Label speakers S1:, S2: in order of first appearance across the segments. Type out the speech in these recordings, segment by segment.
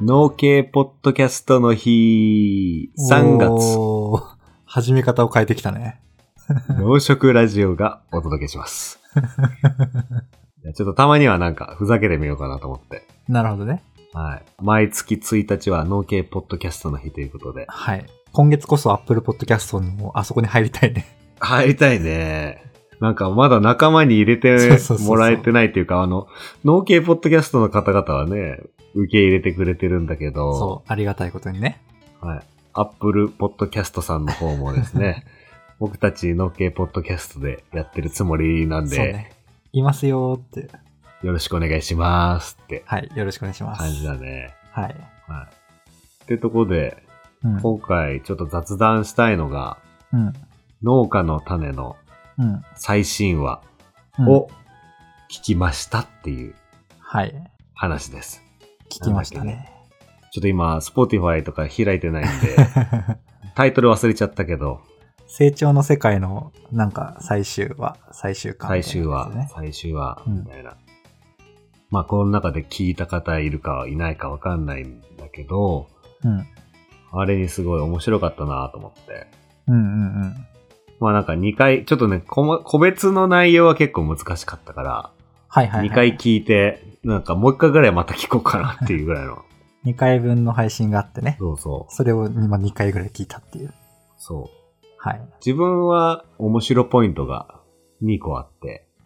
S1: 農系ポッドキャストの日、3月。
S2: 始め方を変えてきたね。
S1: 農食ラジオがお届けします。ちょっとたまにはなんかふざけてみようかなと思って。
S2: なるほどね。
S1: はい。毎月1日は農系ポッドキャストの日ということで。
S2: はい。今月こそ Apple Podcast にもあそこに入りたいね。
S1: 入りたいね。なんかまだ仲間に入れてもらえてないというか、農系ポッドキャストの方々はね、受け入れてくれてるんだけど。
S2: そう、ありがたいことにね。
S1: はい。Apple Podcast さんの方もですね、僕たち農系ポッドキャストでやってるつもりなんで、
S2: そうね。いますよーって。
S1: よろしくお願いしますって。
S2: はい、よろしくお願いします。
S1: 感じだね。
S2: はい。
S1: はい。ってとこで、今回ちょっと雑談したいのが、農家の種の最新話を聞きましたっていう話です。
S2: 聞きましたね。
S1: ちょっと今、Spotify とか開いてないんで、タイトル忘れちゃったけど、
S2: 成長の世界のなんか最終話、最終回、
S1: ね。最終話、みたいな。まあ、この中で聞いた方いるかいないかわかんないんだけど、あれにすごい面白かったなと思って。まあなんか2回、ちょっとね、個別の内容は結構難しかったから、2回聞いて、なんかもう1回ぐらいまた聞こうかなっていうぐらいの。
S2: 2回分の配信があってね。
S1: そうそう。
S2: それを今2回ぐらい聞いたっていう。
S1: そう。
S2: はい。
S1: 自分は面白ポイントが2個あって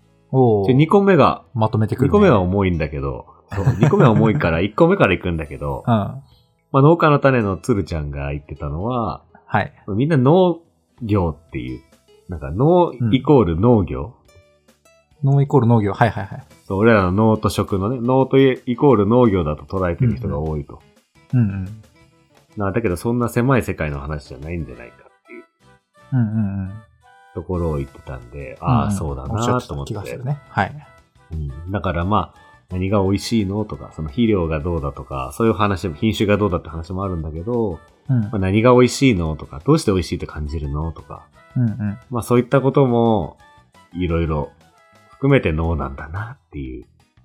S1: 、2個目が、
S2: まとめてくる、
S1: ね。2個目は重いんだけど、2個目は重いから1個目から行くんだけど、まあ農家の種のつるちゃんが言ってたのは、みんな農業っていう、なんか農イコール農業、
S2: 農イコール農業、
S1: そう、俺らの農と食のね、農とイコール農業だと捉えてる人が多いと。だけどそんな狭い世界の話じゃないんじゃないかっていう。ところを言ってたんで、そうだなと思って。
S2: 気がするね。はい。
S1: だからまあ、何が美味しいのとか、その肥料がどうだとか、そういう話も、品種がどうだって話もあるんだけど、まあ、何が美味しいのとか、どうして美味しいって感じるのとか、まあそういったことも、いろいろ含めて農なんだなっていう。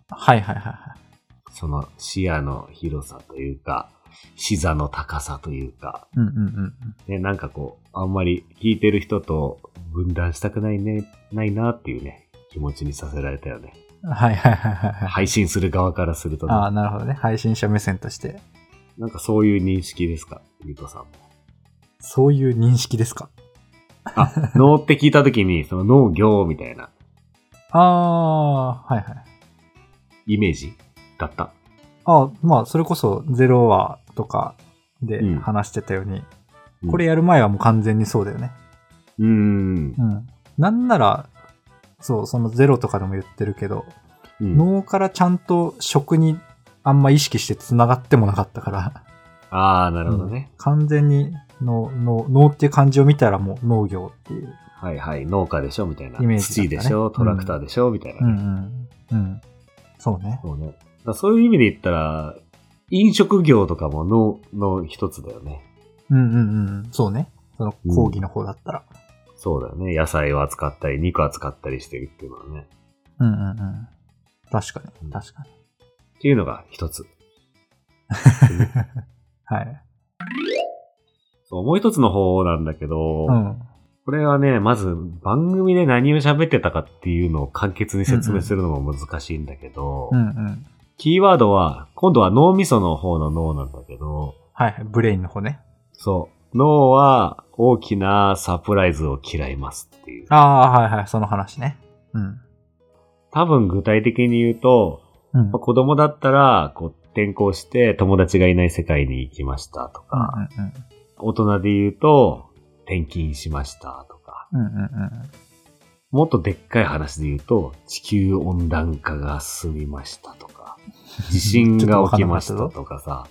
S1: その視野の広さというか、視座の高さというか、ね、なんかこう、あんまり聞いてる人と分断したくないなっていうね、気持ちにさせられたよね。配信する側からするとね。
S2: なるほどね。配信者目線として。
S1: なんかそういう認識ですか、ゆうとさんも。
S2: そういう認識ですか。
S1: 農って聞いたときに、その農業みたいな。イメージだった。
S2: まあ、それこそ0話とかで話してたように、これやる前はもう完全にそうだよね。なんなら、そう、その0とかでも言ってるけど、脳からちゃんと食にあんま意識して繋がってもなかったから。
S1: なるほどね。
S2: 完全に農っていう漢字を見たらもう農業っていう。
S1: 農家でしょみたいな。
S2: イメージだったね。
S1: 土でしょ、トラクターでしょみたいなね。
S2: そうね。
S1: そういう意味で言ったら、飲食業とかも農の一つだよね。
S2: そうね。その講義の方だったら。
S1: そうだよね。野菜を扱ったり、肉を扱ったりしてるっていうのはね。
S2: 確かに。
S1: っていうのが一つ。もう一つの方なんだけど、これはね、まず番組で何を喋ってたかっていうのを簡潔に説明するのも難しいんだけど、キーワードは、今度は脳みその方の脳なんだけど、
S2: ブレインの方ね。
S1: そう。脳は大きなサプライズを嫌いますっていう。
S2: その話ね。
S1: 多分具体的に言うと、子供だったら、転校して友達がいない世界に行きましたとか、大人で言うと、転勤しましたとか、もっとでっかい話で言うと、地球温暖化が進みましたとか、地震が起きましたとかさ、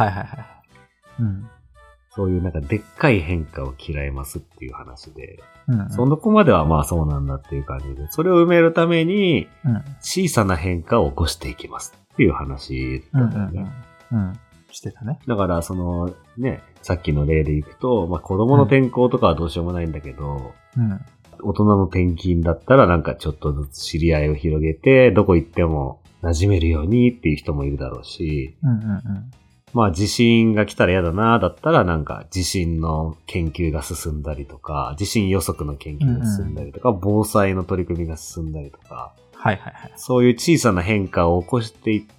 S1: そういうなんかでっかい変化を嫌いますっていう話で、その子まではまあそうなんだっていう感じで、それを埋めるために、小さな変化を起こしていきますっていう話だったんだよね。
S2: してたね。
S1: だからそのね、さっきの例でいくと、まあ子供の転校とかはどうしようもないんだけど、大人の転勤だったらなんかちょっとずつ知り合いを広げて、どこ行っても馴染めるようにっていう人もいるだろうし、 まあ地震が来たら嫌だな、だったらなんか地震の研究が進んだりとか、地震予測の研究が進んだりとか、防災の取り組みが進んだりとか、
S2: はいはいはい。
S1: そういう小さな変化を起こしていって、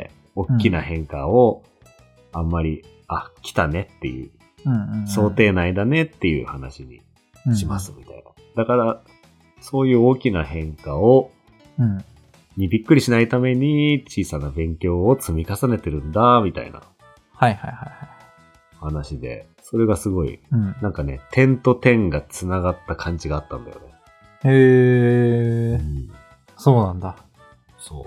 S1: 大きな変化をあんまり、来たねっていう、想定内だねっていう話にしますみたいな。だから、そういう大きな変化を、にびっくりしないために小さな勉強を積み重ねてるんだ、みたいな。
S2: はいはいはい。
S1: 話で、それがすごい、なんかね、点と点が繋がった感じがあったんだよね。
S2: へー。そうなんだ。
S1: そう。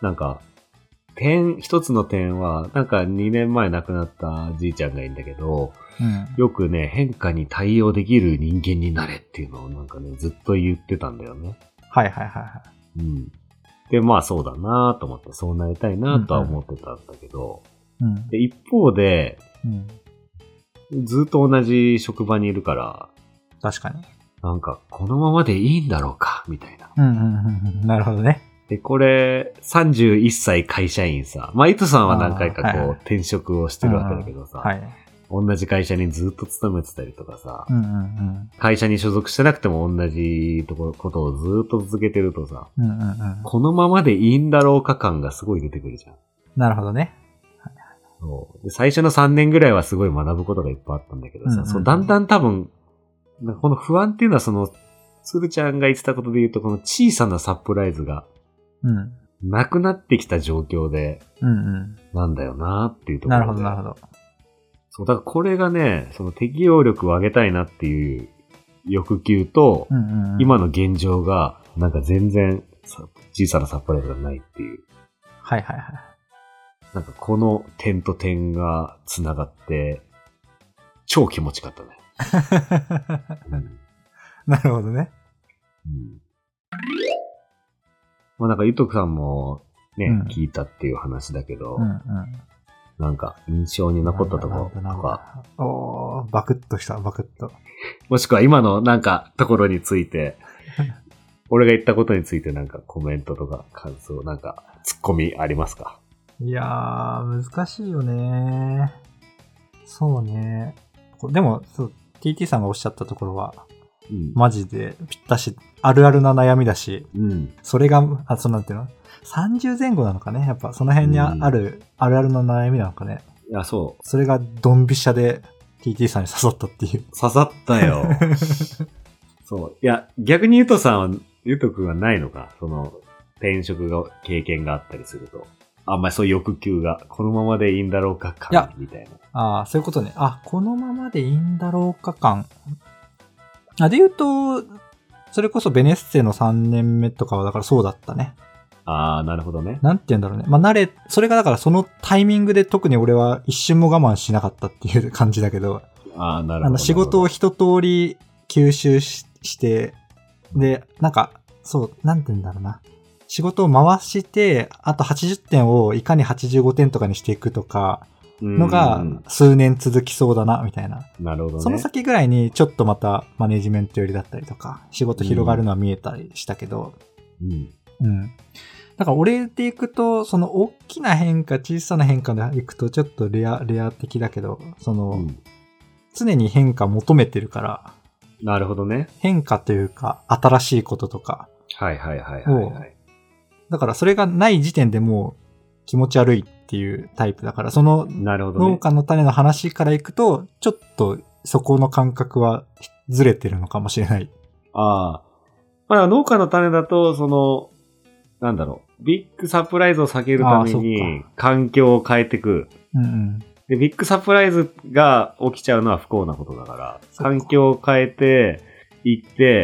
S1: なんか、一つの点は、なんか2年前亡くなったじいちゃんがいるんだけど、よくね、変化に対応できる人間になれっていうのをなんかね、ずっと言ってたんだよね。
S2: はいはいはいはい。
S1: で、まあそうだなと思って、そうなりたいなとは思ってたんだけど、で一方で、ずっと同じ職場にいるから、
S2: 確かに。
S1: なんか、このままでいいんだろうかみたいな。
S2: なるほどね。
S1: で、これ、31歳会社員さ。まあ、糸さんは何回か転職をしてるわけだけどさ。同じ会社にずっと勤めてたりとかさ。会社に所属してなくても同じことをずっと続けてるとさ。このままでいいんだろうか感がすごい出てくるじゃん。
S2: なるほどね。
S1: そうで最初の3年ぐらいはすごい学ぶことがいっぱいあったんだけどさ。だんだん多分、この不安っていうのはつるちゃんが言ってたことで言うと、この小さなサプライズが、なくなってきた状況で、なんだよなっていうところで。
S2: なるほど、なるほど。
S1: そう、だからこれがね、その適応力を上げたいなっていう欲求と、今の現状が、なんか全然小さなサプライズがないっていう。
S2: はいはいはい。
S1: なんかこの点と点が繋がって、超気持ちよかったね。
S2: なるほどね。
S1: まあなんかゆとくさんもね、聞いたっていう話だけど、なんか印象に残ったところとか。
S2: バクッとした、バクッと。
S1: もしくは今のなんかところについて、俺が言ったことについてなんかコメントとか感想、なんかツッコミありますか？
S2: いやー、難しいよね。そうね。でも、TT さんがおっしゃったところは、マジでぴったし、あるあるな悩みだし、それが、なんていうの ?30 前後なのかねやっぱその辺にある、あるあるな悩みなのかね。
S1: いや、そう。
S2: それがドンピシャで TT さんに刺さったっていう。
S1: 刺さったよ。そう。いや、逆にゆとさんは、ゆとくんはないのか転職が、経験があったりすると。あんまりそういう欲求が、このままでいいんだろうか感みたい
S2: な。そういうことね。このままでいいんだろうか感。で言うと、それこそベネッセの3年目とかはだからそうだったね。
S1: なるほどね。
S2: なんて言うんだろうね。まあそれがだからそのタイミングで特に俺は一瞬も我慢しなかったっていう感じだけど。
S1: なるほど。
S2: 仕事を一通り吸収して、で、なんか、なんて言うんだろうな。仕事を回して、あと80点をいかに85点とかにしていくとか、のが数年続きそうだな、みたいな。
S1: なるほどね。
S2: その先ぐらいにちょっとまたマネジメント寄りだったりとか、仕事広がるのは見えたりしたけど、だから俺でいくと、その大きな変化、小さな変化でいくとちょっとレア的だけど、常に変化求めてるから、
S1: なるほどね。
S2: 変化というか、新しいこととか。
S1: はい。
S2: だからそれがない時点でもう気持ち悪いっていうタイプだから、その農家の種の話からいくと、ちょっとそこの感覚はずれてるのかもしれない。
S1: まあ農家の種だと、なんだろう、ビッグサプライズを避けるために環境を変えていく。で、ビッグサプライズが起きちゃうのは不幸なことだから、環境を変えていって、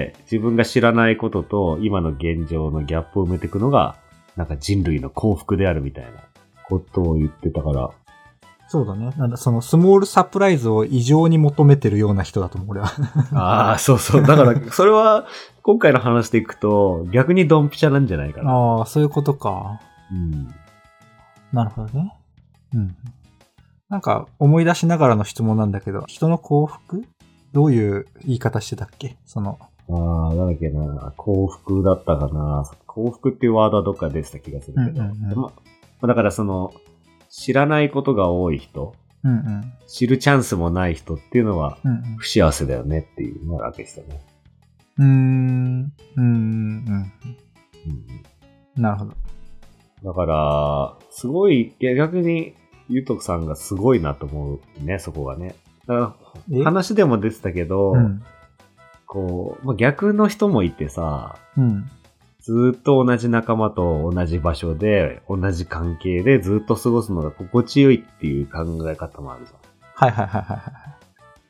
S1: 自分が知らないことと今の現状のギャップを埋めていくのが、なんか人類の幸福であるみたいなことを言ってたから。
S2: そうだね。なんだ、そのスモールサプライズを異常に求めてるような人だと思う、俺は。
S1: そう。だから、それは、今回の話でいくと、逆にドンピシャなんじゃないかな。
S2: そういうことか。なるほどね。なんか、思い出しながらの質問なんだけど、人の幸福？どういう言い方してたっけ？
S1: なんだっけな、幸福だったかな。幸福っていうワードはどっかでした気がするけど。だから知らないことが多い人、
S2: うんうん、
S1: 知るチャンスもない人っていうのは不幸せだよねっていうのがわけですよね。
S2: なるほど。
S1: だから、すごい、いや逆に、ゆうとくさんがすごいなと思うね、そこがね。だから話でも出てたけど、こう、まあ、逆の人もいてさ、ずーっと同じ仲間と同じ場所で、同じ関係でずっと過ごすのが心地よいっていう考え方もあるじゃん。
S2: はいはいはいはい。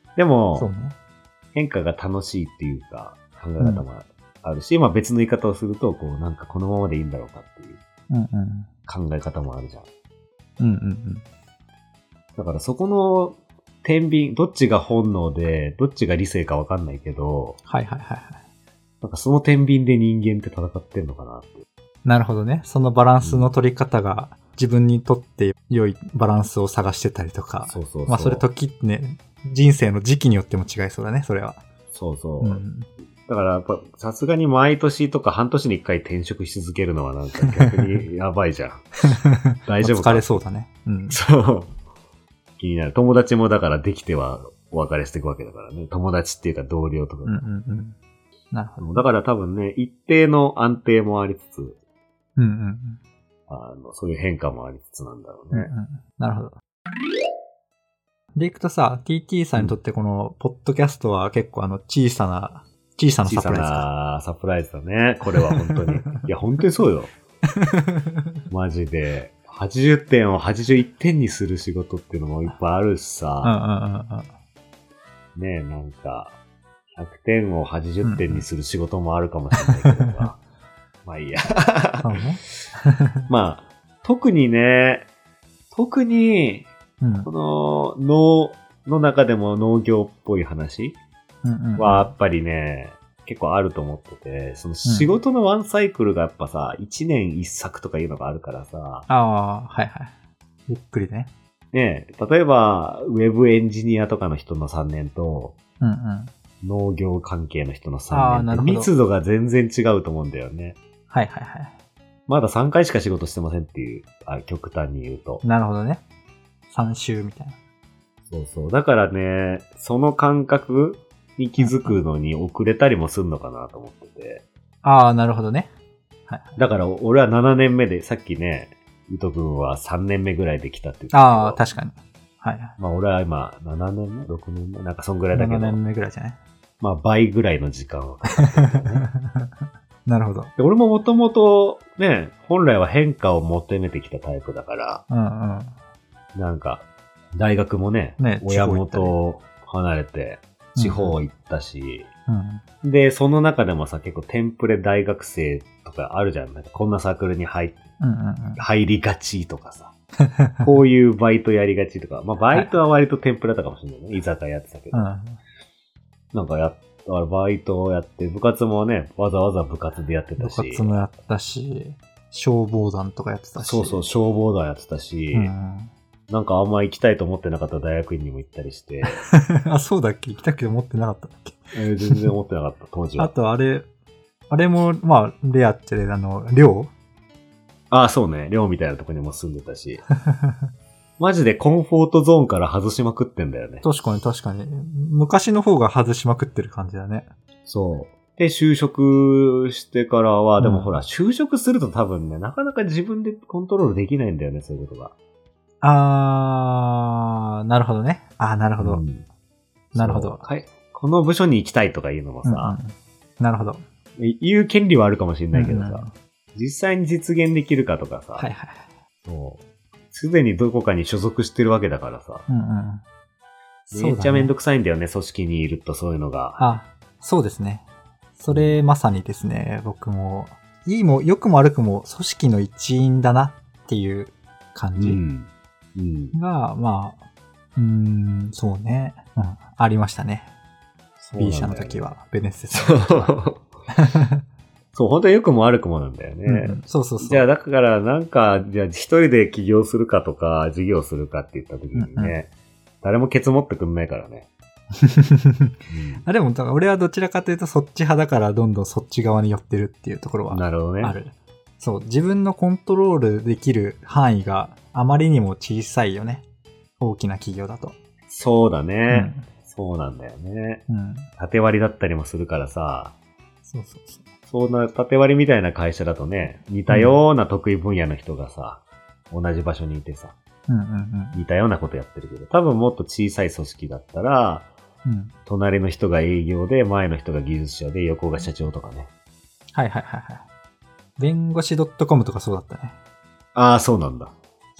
S1: でも、
S2: そうね、
S1: 変化が楽しいっていうか、考え方もあるし、まあ別の言い方をすると、こうなんかこのままでいいんだろうかっていう考え方もあるじゃん。だからそこの天秤、どっちが本能で、どっちが理性かわかんないけど、なんかその天秤で人間って戦ってんのかなって。
S2: なるほどね。そのバランスの取り方が自分にとって良いバランスを探してたりとか。まあそれ時ね、人生の時期によっても違いそうだね、それは。
S1: そうそう。だからやっぱさすがに毎年とか半年に一回転職し続けるのはなんか逆にやばいじゃん。大丈夫か。
S2: 疲れそうだね。
S1: そう。気になる。友達もだからできてはお別れしていくわけだからね。友達っていうか同僚とか。
S2: なるほど。
S1: だから多分ね、一定の安定もありつつ、そういう変化もありつつなんだろうね。
S2: なるほど。でいくとさ、TT さんにとってこのポッドキャストは結構小さなサプライズか。小さ
S1: なサプライズだね。これは本当に。いや、本当にそうよ。マジで。80点を81点にする仕事っていうのもいっぱいあるしさ。ねえ、なんか、100点を80点にする仕事もあるかもしれないけどさ。まあいいや。まあ、特に、この農の中でも農業っぽい話はやっぱりね、結構あると思ってて、その仕事のワンサイクルがやっぱさ、1年1作とかいうのがあるからさ。
S2: ゆっくりね。
S1: ねえ、例えば、ウェブエンジニアとかの人の3年と、農業関係の人の3年って密度が全然違うと思うんだよね。まだ3回しか仕事してませんっていう、極端に言うと。
S2: なるほどね。3週みたいな。
S1: そうそう。だからね、その感覚に気づくのに遅れたりもするのかなと思ってて。
S2: なるほどね。
S1: だから俺は7年目で、さっきね、ゆとくんは3年目ぐらいで来たって言った
S2: けど。確かに。
S1: まあ俺は今、7年目 ?6 年目なんかそんぐらいだけど。
S2: 7年目ぐらいじゃない？
S1: まあ倍ぐらいの時間はかかってる、ね。
S2: なるほど。
S1: で俺ももともとね、本来は変化を求めてきたタイプだから、なんか、大学もね親元を離れて、地方行ったし、で、その中でもさ、結構テンプレ大学生とかあるじゃん。なんかこんなサークルに入りがちとかさ、こういうバイトやりがちとか、まあバイトは割とテンプレだったかもしれないね。居酒屋やってたけど。なんかバイトをやって、部活もね、わざわざ部活でやってたし。
S2: 部活もやったし、消防団とかやってたし。
S1: そうそう、消防団やってたし、なんかあんま行きたいと思ってなかった大学院にも行ったりして。
S2: そうだっけ？行きたいけど思ってなかったっけ？
S1: 全然思ってなかった、当時は。
S2: あとあれも、まあ、レアって寮？
S1: そうね。寮みたいなとこにも住んでたし。マジでコンフォートゾーンから外しまくってんだよね。
S2: 確かに。昔の方が外しまくってる感じだね。
S1: そう。で、就職してからは、でもほら、就職すると多分ね、なかなか自分でコントロールできないんだよね、そういうことが。
S2: なるほどね。なるほど。なるほど。
S1: この部署に行きたいとかいうのもさ、
S2: なるほど。
S1: 言う権利はあるかもしれないけどさ、実際に実現できるかとかさ、すでにどこかに所属してるわけだからさ、めっちゃめんどくさいんだよね、組織にいるとそういうのが。
S2: そうですね。それまさにですね、僕も、いいも良くも悪くも組織の一員だなっていう感じが、まあ、そうね、ありましたね。B 社の時は、ベネッセさんの時は。
S1: そう、本当に良くも悪くもなんだよね。
S2: そう。
S1: じゃあ、だからなんか、じゃあ一人で起業するかとか、事業するかって言った時にね、誰もケツ持ってくんないからね。
S2: でも、俺はどちらかというとそっち派だから、どんどんそっち側に寄ってるっていうところはある。
S1: なるほどね。
S2: そう、自分のコントロールできる範囲があまりにも小さいよね。大きな企業だと。
S1: そうだね。そうなんだよね。縦割りだったりもするからさ。
S2: そうそうそう。
S1: そんな縦割りみたいな会社だとね、似たような得意分野の人がさ、同じ場所にいてさ、似たようなことやってるけど、多分もっと小さい組織だったら、隣の人が営業で、前の人が技術者で、横が社長とかね。
S2: はいはいはいはい。弁護士 .com とかそうだったね。
S1: ああ、そうなんだ。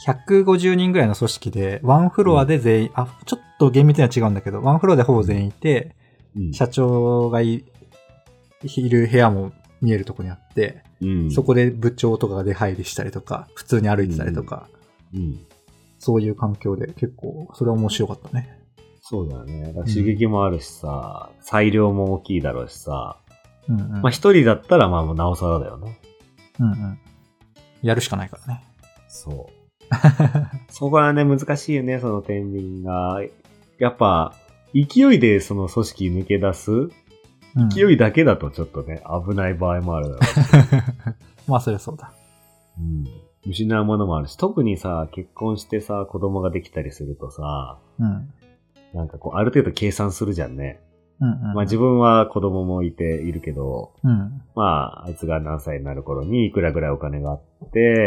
S2: 150人ぐらいの組織で、ワンフロアで全員、ちょっと厳密には違うんだけど、ワンフロアでほぼ全員いて、社長がいる部屋も見えるとこにあって、そこで部長とかが出入りしたりとか、普通に歩いてたりとか、そういう環境で結構、それは面白かったね。
S1: そうだよね。刺激もあるしさ、裁量も大きいだろうしさ、まあ一人だったらまあもうなおさらだよね。
S2: やるしかないからね。
S1: そう。そこはね、難しいよね、その天秤が。やっぱ、勢いでその組織抜け出す、勢いだけだとちょっとね、危ない場合もあるだろうし。
S2: まあ、そりゃそうだ。
S1: 失うものもあるし、特にさ、結婚してさ、子供ができたりするとさ、なんかこう、ある程度計算するじゃんね。まあ自分は子供もいるけど、まあ、あいつが何歳になる頃にいくらぐらいお金があって、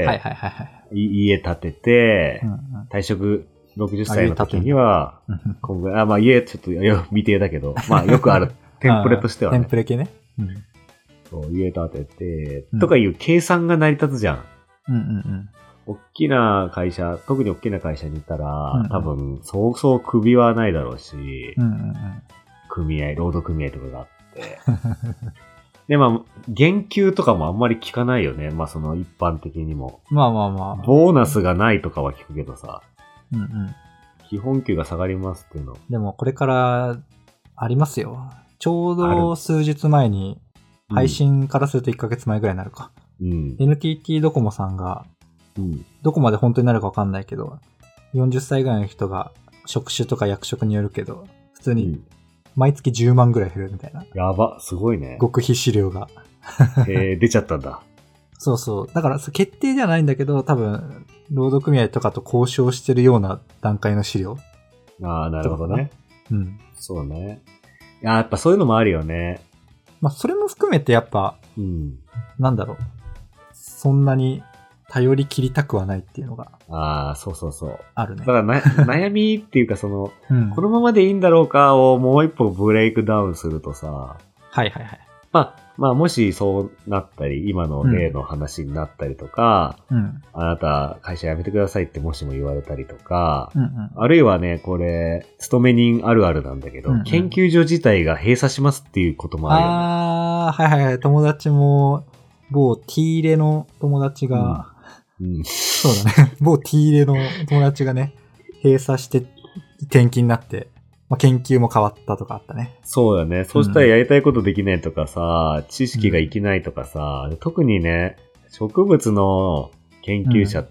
S1: 家建てて、退職60歳の時には、まあ家ちょっと未定だけど、まあよくあるテンプレとしてはね。
S2: テンプレ系ね。
S1: そう、家建てて、とかいう計算が成り立つじゃん。大きな会社、特に大きな会社にいたら、多分、そうそう首はないだろうし、労働組合とかがあって。で、まあ、減給とかもあんまり聞かないよね。まあ、その一般的にも。
S2: まあまあまあ。
S1: ボーナスがないとかは聞くけどさ。基本給が下がりますっていうの。
S2: でも、これからありますよ。ちょうど数日前に、配信からすると1ヶ月前ぐらいになるか。NTT ドコモさんが、どこまで本当になるかわかんないけど、40歳ぐらいの人が職種とか役職によるけど、普通に毎月10万ぐらい減るみたいな。
S1: やば、すごいね。
S2: 極秘資料が。
S1: 出ちゃったんだ。
S2: そうそう。だから決定じゃないんだけど、多分、労働組合とかと交渉してるような段階の資料。
S1: ああ、なるほどね。そうね。やっぱそういうのもあるよね。
S2: まあ、それも含めてやっぱ、なんだろう。そんなに頼り切りたくはないっていうのが。
S1: ああ、そうそうそう。
S2: あるね。
S1: だから悩みっていうかこのままでいいんだろうかをもう一歩ブレイクダウンするとさ。まあ、もしそうなったり、今の例の話になったりとか、あなた会社辞めてくださいってもしも言われたりとか、あるいはね、これ、勤め人あるあるなんだけど、研究所自体が閉鎖しますっていうこともあるよね。
S2: 友達も、某 T レの友達が、そうだね。某 T レの友達がね、閉鎖して転勤になって、まあ、研究も変わったとかあったね。
S1: そうだね。そうしたらやりたいことできないとかさ、知識が生きないとかさ、特にね、植物の研究者って、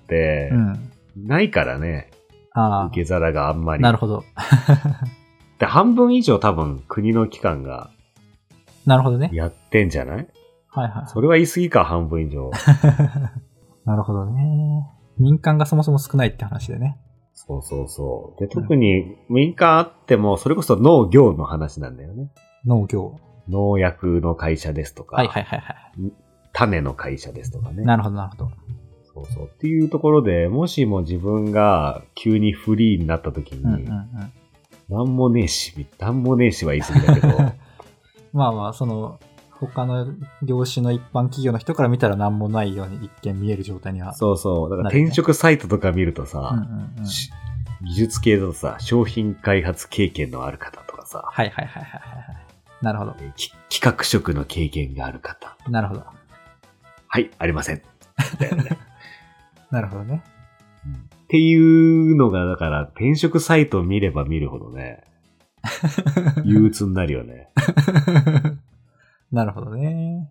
S1: ないからね。受け皿があんまり。
S2: なるほど。
S1: で、半分以上多分国の機関が、
S2: なるほどね。
S1: やってんじゃない？それは言い過ぎか、半分以上。
S2: なるほどね。民間がそもそも少ないって話でね。
S1: そうそうそう。で、特に民間あっても、それこそ農業の話なんだよね。
S2: 農業。
S1: 農薬の会社ですとか。種の会社ですとかね。
S2: なるほど、なるほど。
S1: そうそう。っていうところで、もしも自分が急にフリーになった時に、なんもねえしは言い過ぎだけど。
S2: まあまあ、他の業種の一般企業の人から見たら何もないように一見見える状態には、ね。
S1: そうそう。だから転職サイトとか見るとさ、技術系だとさ、商品開発経験のある方とかさ。
S2: なるほど。
S1: 企画職の経験がある方。
S2: なるほど。
S1: はい、ありません。みたいなね。
S2: なるほどね。
S1: っていうのが、だから転職サイトを見れば見るほどね、憂鬱になるよね。
S2: なるほどね。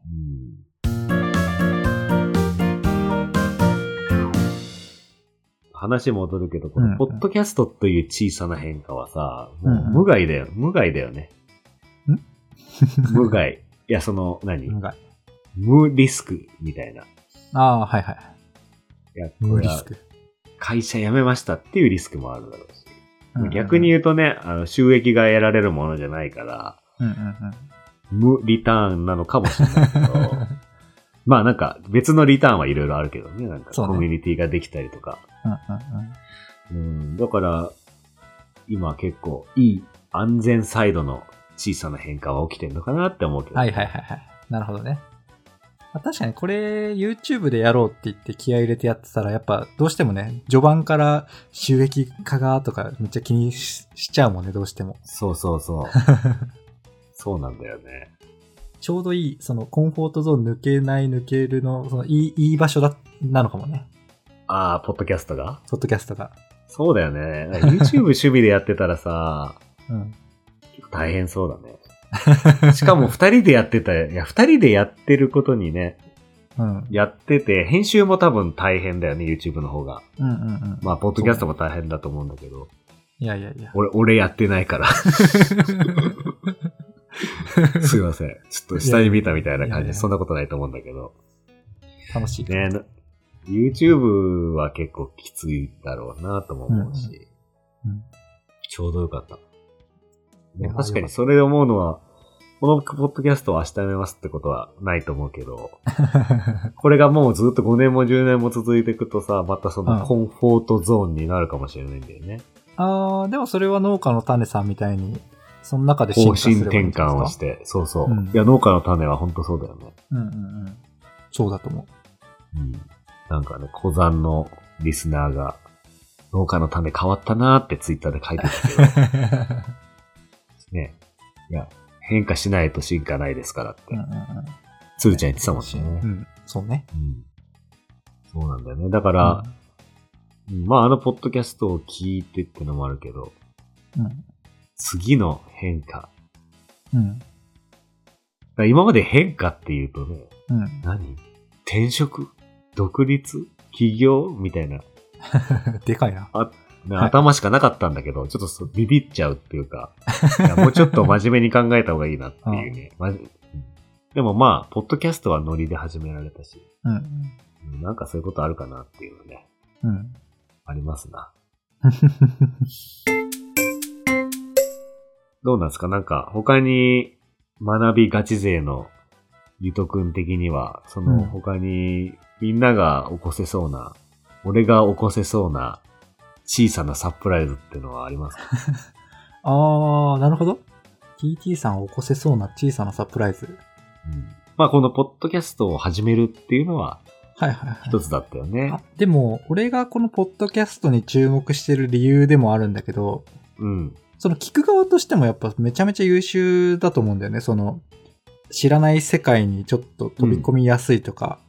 S1: 話戻るけど、このポッドキャストという小さな変化はさ、もう無害だよ。無害だよね。無害。いや、無リスクみたいな。
S2: ああ、はいはい。
S1: いや、
S2: 無リスク。
S1: 会社辞めましたっていうリスクもあるだろうし。逆に言うとね、収益が得られるものじゃないから、無リターンなのかもしれないけど、まあなんか別のリターンはいろいろあるけどね、なんかコミュニティができたりとか。だから、今結構いい安全サイドの小さな変化は起きてるのかなって思うけど、ね。
S2: はいはいはいはい。なるほどね。確かにこれ YouTube でやろうって言って気合い入れてやってたらやっぱどうしてもね、序盤から収益化がとかめっちゃ気に しちゃうもんね、どうしても。
S1: そう。そうなんだよね。
S2: ちょうどいい、そのコンフォートゾーン抜けない抜けるの、そのいい場所なのかもね。
S1: ああ、ポッドキャストが？
S2: ポッドキャストが。
S1: そうだよね。YouTube 趣味でやってたらさ、結構大変そうだね。しかも二人でやってることにね、やってて、編集も多分大変だよね、YouTube の方が。まあ、ポッドキャストも大変だと思うんだけど。
S2: いや。
S1: 俺やってないから。すいません。ちょっと下に見たみたいな感じで、そんなことないと思うんだけど。
S2: 楽しい。
S1: ね、YouTube は結構きついだろうなとも思うし。ちょうどよかった。ね、確かにそれで思うのは、このポッドキャストを明日やめますってことはないと思うけど、これがもうずっと5年も10年も続いていくとさ、またそのコンフォートゾーンになるかもしれないんだよね。
S2: でもそれは農家の種さんみたいに、その中で進化すればいいんですか？
S1: 方針転換をして、そう。いや、農家の種は本当そうだよね。
S2: そうだと思う。
S1: なんかね、小山のリスナーが、農家の種変わったなーってツイッターで書いてたけど、ね、いや、変化しないと進化ないですからって、つるちゃん言ってたもんね。
S2: そうね。
S1: そうなんだよね。だから、まあポッドキャストを聞いてってのもあるけど、次の変化。今まで変化って言うとね、何？転職？独立？起業？みたいな。
S2: でかいな。
S1: 頭しかなかったんだけど、ちょっとビビっちゃうっていうか、いやもうちょっと真面目に考えた方がいいなっていうね。でもまあ、ポッドキャストはノリで始められたし、なんかそういうことあるかなっていうのね。ありますな。どうなんですか？なんか他に学びガチ勢のゆとくん的には、その他にみんなが起こせそうな、俺が起こせそうな小さなサプライズっていうのはありますか？
S2: なるほど。TT さんを起こせそうな小さなサプライズ。
S1: まあこのポッドキャストを始めるっていうのは、一つだったよね。
S2: でも、俺がこのポッドキャストに注目してる理由でもあるんだけど、その聞く側としてもやっぱめちゃめちゃ優秀だと思うんだよね。その、知らない世界にちょっと飛び込みやすいとか。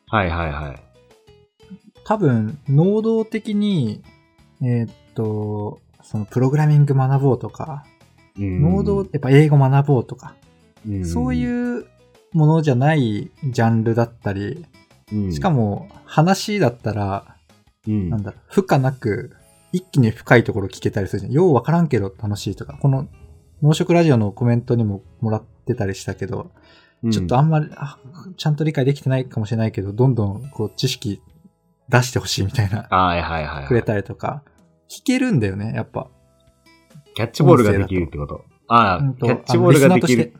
S2: 多分、能動的に、そのプログラミング学ぼうとか、能動、やっぱ英語学ぼうとか、そういうものじゃないジャンルだったり、しかも話だったら、なんだろう、負荷なく一気に深いところ聞けたりするじゃん。ようわからんけど楽しいとか、この農食ラジオのコメントにももらってたりしたけど、ちょっとあんまり、ちゃんと理解できてないかもしれないけど、どんどんこう知識出してほしいみたいな、くれたりとか、聞けるんだよね、やっぱ。
S1: キャッチボールができるってこと。キャッチボールができる。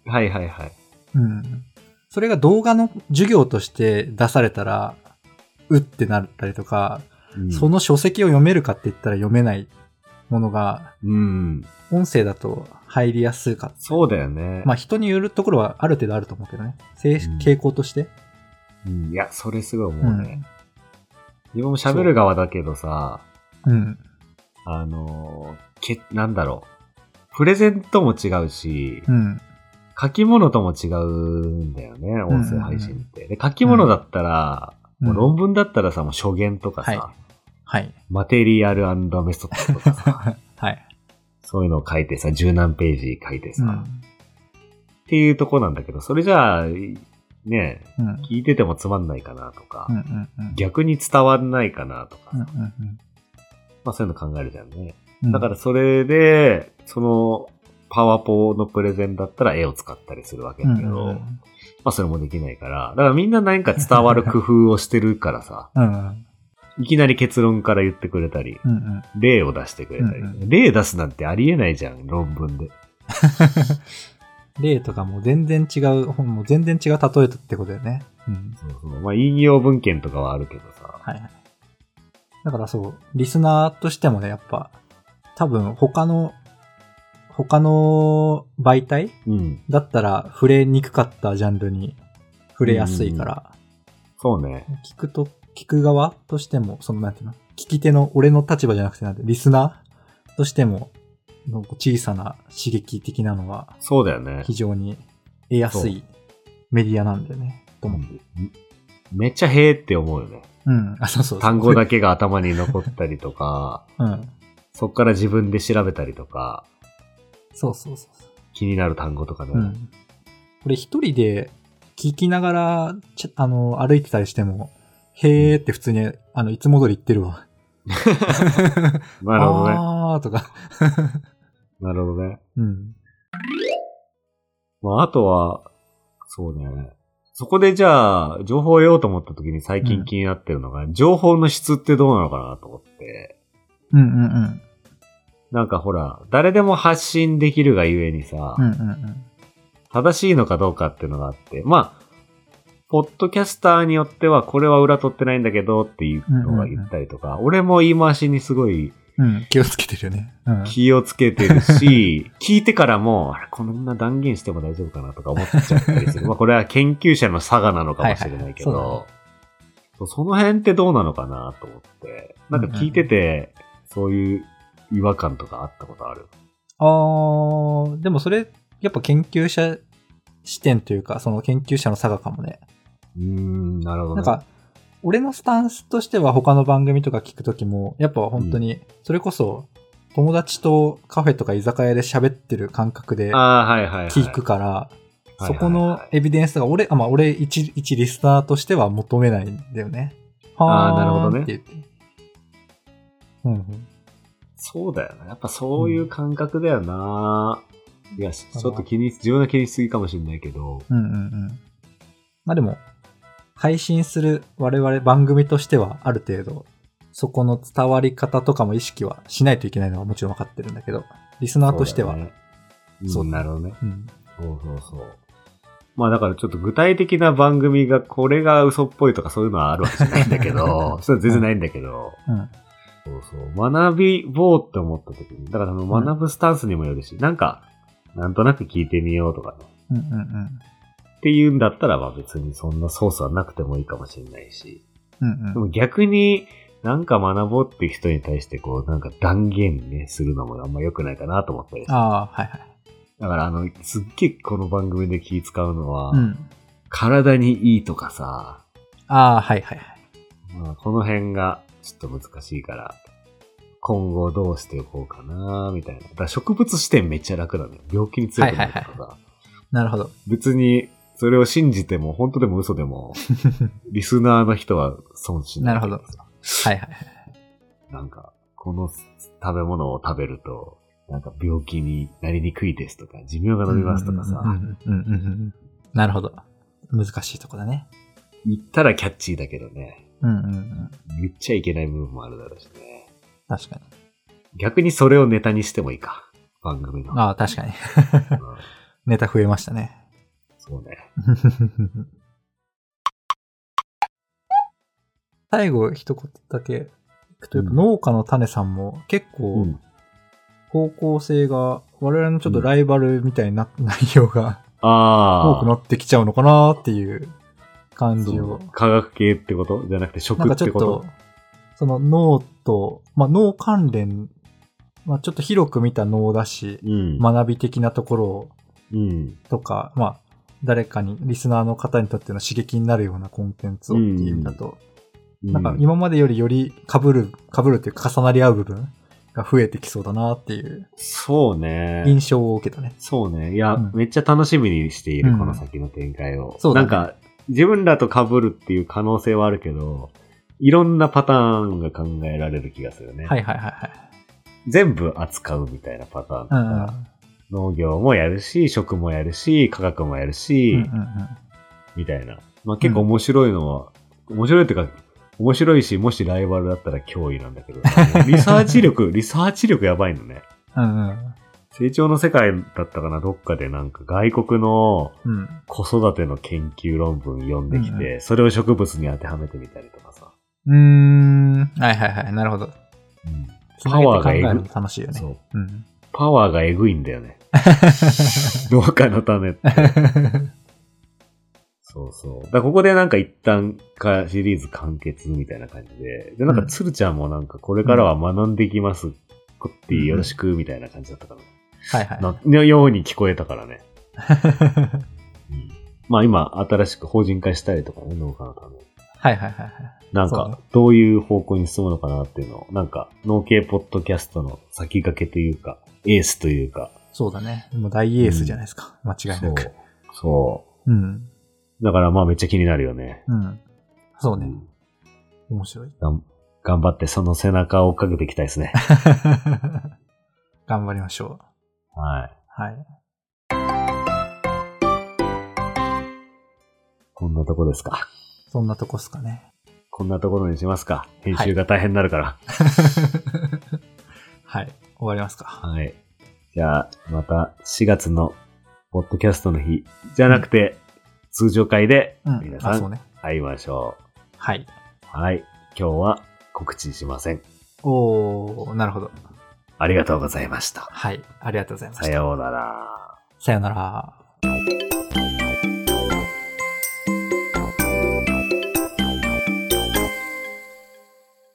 S2: それが動画の授業として出されたら、うってなったりとか、その書籍を読めるかって言ったら読めないものが、音声だと入りやすいか。
S1: そうだよね。
S2: まあ人によるところはある程度あると思うけどね。傾向として。
S1: いや、それすごい思うね。自分も喋る側だけどさ、なんだろう。プレゼントも違うし、書き物とも違うんだよね、音声配信って。で、書き物だったら、もう論文だったらさ、もう初言とかさ、マテリアル&メソッドとかさ、そういうのを書いてさ、十何ページ書いてさ、っていうとこなんだけど、それじゃあ、ね、聞いててもつまんないかなとか、逆に伝わんないかなとか、まあそういうの考えるじゃんね。だからそれで、その、パワポのプレゼンだったら絵を使ったりするわけだけど、 まあそれもできないから。だからみんな何か伝わる工夫をしてるからさ。
S2: うんうん、
S1: いきなり結論から言ってくれたり、
S2: うんうん、
S1: 例を出してくれたり、うんうん、例出すなんてありえないじゃん、論文で。
S2: 例とかも全然違う、もう全然違う例えってことだよね。うん。
S1: そうそう。まあ引用文献とかはあるけどさ。
S2: はいはい。だからそう、リスナーとしてもね、やっぱ、多分他の媒体、うん、だったら触れにくかったジャンルに触れやすいから。
S1: そうね。
S2: 聞く側としても、なんていうの、聞き手の俺の立場じゃなくてリスナーとしても、小さな刺激的なのは、
S1: そうだよね。
S2: 非常に得やすいメディアなんだよね、と思って。
S1: めっちゃへーって思うよね。
S2: うん。あ、そうそうそう。
S1: 単語だけが頭に残ったりとか、うん。そっから自分で調べたりとか、
S2: そうそうそう。
S1: 気になる単語とかね。うん。
S2: これ一人で聞きながら、歩いてたりしても、へーって普通に、いつも通り言ってるわ。
S1: なるほどね。
S2: あーとか。
S1: なるほどね。
S2: うん。
S1: まあ、あとは、そうね。そこでじゃあ、情報を得ようと思った時に最近気になってるのが、情報の質ってどうなのかなと思って。
S2: うんうんうん。
S1: なんかほら、誰でも発信できるがゆえにさ、
S2: うんうんうん、
S1: 正しいのかどうかっていうのがあって、まあ、ポッドキャスターによってはこれは裏取ってないんだけどっていうのが言ったりとか、うんうんうん、俺も言い回しにすごい、
S2: 気をつけてるよね。
S1: うん、気をつけてるし、聞いてからも、あれ、こんな断言しても大丈夫かなとか思っちゃったりする。まあこれは研究者の差がなのかもしれないけど、はいはい、その辺ってどうなのかなと思って、なんか聞いてて、そういう違和感とかあったことある？
S2: でもそれ、やっぱ研究者視点というか、その研究者の差がかもね。
S1: なるほど、ね。
S2: なんか、俺のスタンスとしては他の番組とか聞くときも、やっぱ本当に、それこそ、友達とカフェとか居酒屋で喋ってる感覚で聞くから、そこのエビデンスが俺一リスナーとしては求めないんだよね。
S1: なるほどね。
S2: って言って。うんうん。
S1: そうだよね。やっぱそういう感覚だよな、いや、ちょっと自分は気にしすぎかもしれないけど。
S2: うんうんうん。まあでも、配信する我々番組としてはある程度、そこの伝わり方とかも意識はしないといけないのはもちろん分かってるんだけど、リスナーとしては。
S1: そう、なるほどね。うん。そうそうそう。まあだからちょっと具体的な番組がこれが嘘っぽいとかそういうのはあるわけじゃないんだけど、それは全然ないんだけど、うん。そうそう。学びぼうって思った時に、だから学ぶスタンスにもよるし、なんか、なんとなく聞いてみようとかね。
S2: うんうんうん。
S1: っていうんだったら、まあ別にそんなソースはなくてもいいかもしれないし。
S2: うんうん。
S1: でも逆になんか学ぼうっていう人に対してこう、なんか断言ね、するのもあんま良くないかなと思ったりする。
S2: ああ、はいはい。
S1: だからすっげえこの番組で気使うのは、体にいいとかさ。
S2: ああ、はいはいはい。
S1: まあこの辺がちょっと難しいから、今後どうしていこうかなみたいな。だから植物視点めっちゃ楽なのよ。病気に強くなるとかさ。はいはいはい。
S2: なるほど。
S1: 別に、それを信じても、本当でも嘘でも、リスナーの人は損しない。
S2: なるほど。はいはいはい。
S1: なんか、この食べ物を食べると、なんか病気になりにくいですとか、寿命が伸びますとかさ。
S2: なるほど。難しいとこだね。
S1: 言ったらキャッチーだけどね。
S2: うんうんうん。
S1: 言っちゃいけない部分もあるだろうしね。
S2: 確かに。
S1: 逆にそれをネタにしてもいいか。番組の。
S2: ああ、確かに。ネタ増えましたね。
S1: そうね。
S2: 最後一言だけいくと、農家の種さんも結構、方向性が我々のちょっとライバルみたいな内容が多くなってきちゃうのかなっていう感じを。
S1: 科学系ってことじゃなくて食ってこと？なんかちょっと、
S2: その農と、まあ農関連、まあちょっと広く見た農だし、学び的なところを、とか、まあ誰かに、リスナーの方にとっての刺激になるようなコンテンツをっていう意味だと、なんか今までより被るっていうか重なり合う部分が増えてきそうだなっていう。
S1: そうね。
S2: 印象を受けたね。
S1: そうね。いや、めっちゃ楽しみにしている、この先の展開を。そうだね。なんか、自分らと被るっていう可能性はあるけど、いろんなパターンが考えられる気がするね。
S2: はいはいはいはい。
S1: 全部扱うみたいなパターンとか、農業もやるし、食もやるし、科学もやるし、 みたいな。まあ結構面白いのは、面白いっていうか、面白いし、もしライバルだったら脅威なんだけど、リサーチ力やばいのね。
S2: うんうん。
S1: 成長の世界だったかな、どっかでなんか外国の子育ての研究論文読んできて、それを植物に当てはめてみたりとかさ。
S2: はいはいはい、なるほど。
S1: パワーがえぐい。
S2: 楽しいよね。そう。
S1: パワーがえぐいんだよね。農家のためって。そうそう。だからここでなんか一旦シリーズ完結みたいな感じで。で、なんかつるちゃんもなんかこれからは学んでいきます。こってよろしくみたいな感じだったかな。
S2: はいはい。
S1: のように聞こえたからね。まあ今新しく法人化したりとかね、農家のために。
S2: はいはいはい。
S1: なんかどういう方向に進むのかなっていうのを、なんか農系ポッドキャストの先駆けというか、エースというか。
S2: そうだね。もう大エースじゃないですか。間違いなく。
S1: そう。だからまあめっちゃ気になるよね。
S2: そうね。面白い。
S1: 頑張ってその背中を追っかけていきたいですね。
S2: 頑張りましょ
S1: う。はい。
S2: はい。
S1: こんなとこですか。
S2: そんなとこですかね。
S1: こんなところにしますか。編集が大変になるから。
S2: はい。終わりますか。
S1: はい。じゃあ、また4月のポッドキャストの日じゃなくて、通常回で皆さん会いましょう。
S2: はい。
S1: はい。今日は告知しません。
S2: なるほど。
S1: ありがとうございました。
S2: はい。ありがとうございました。
S1: さようなら。
S2: さようなら。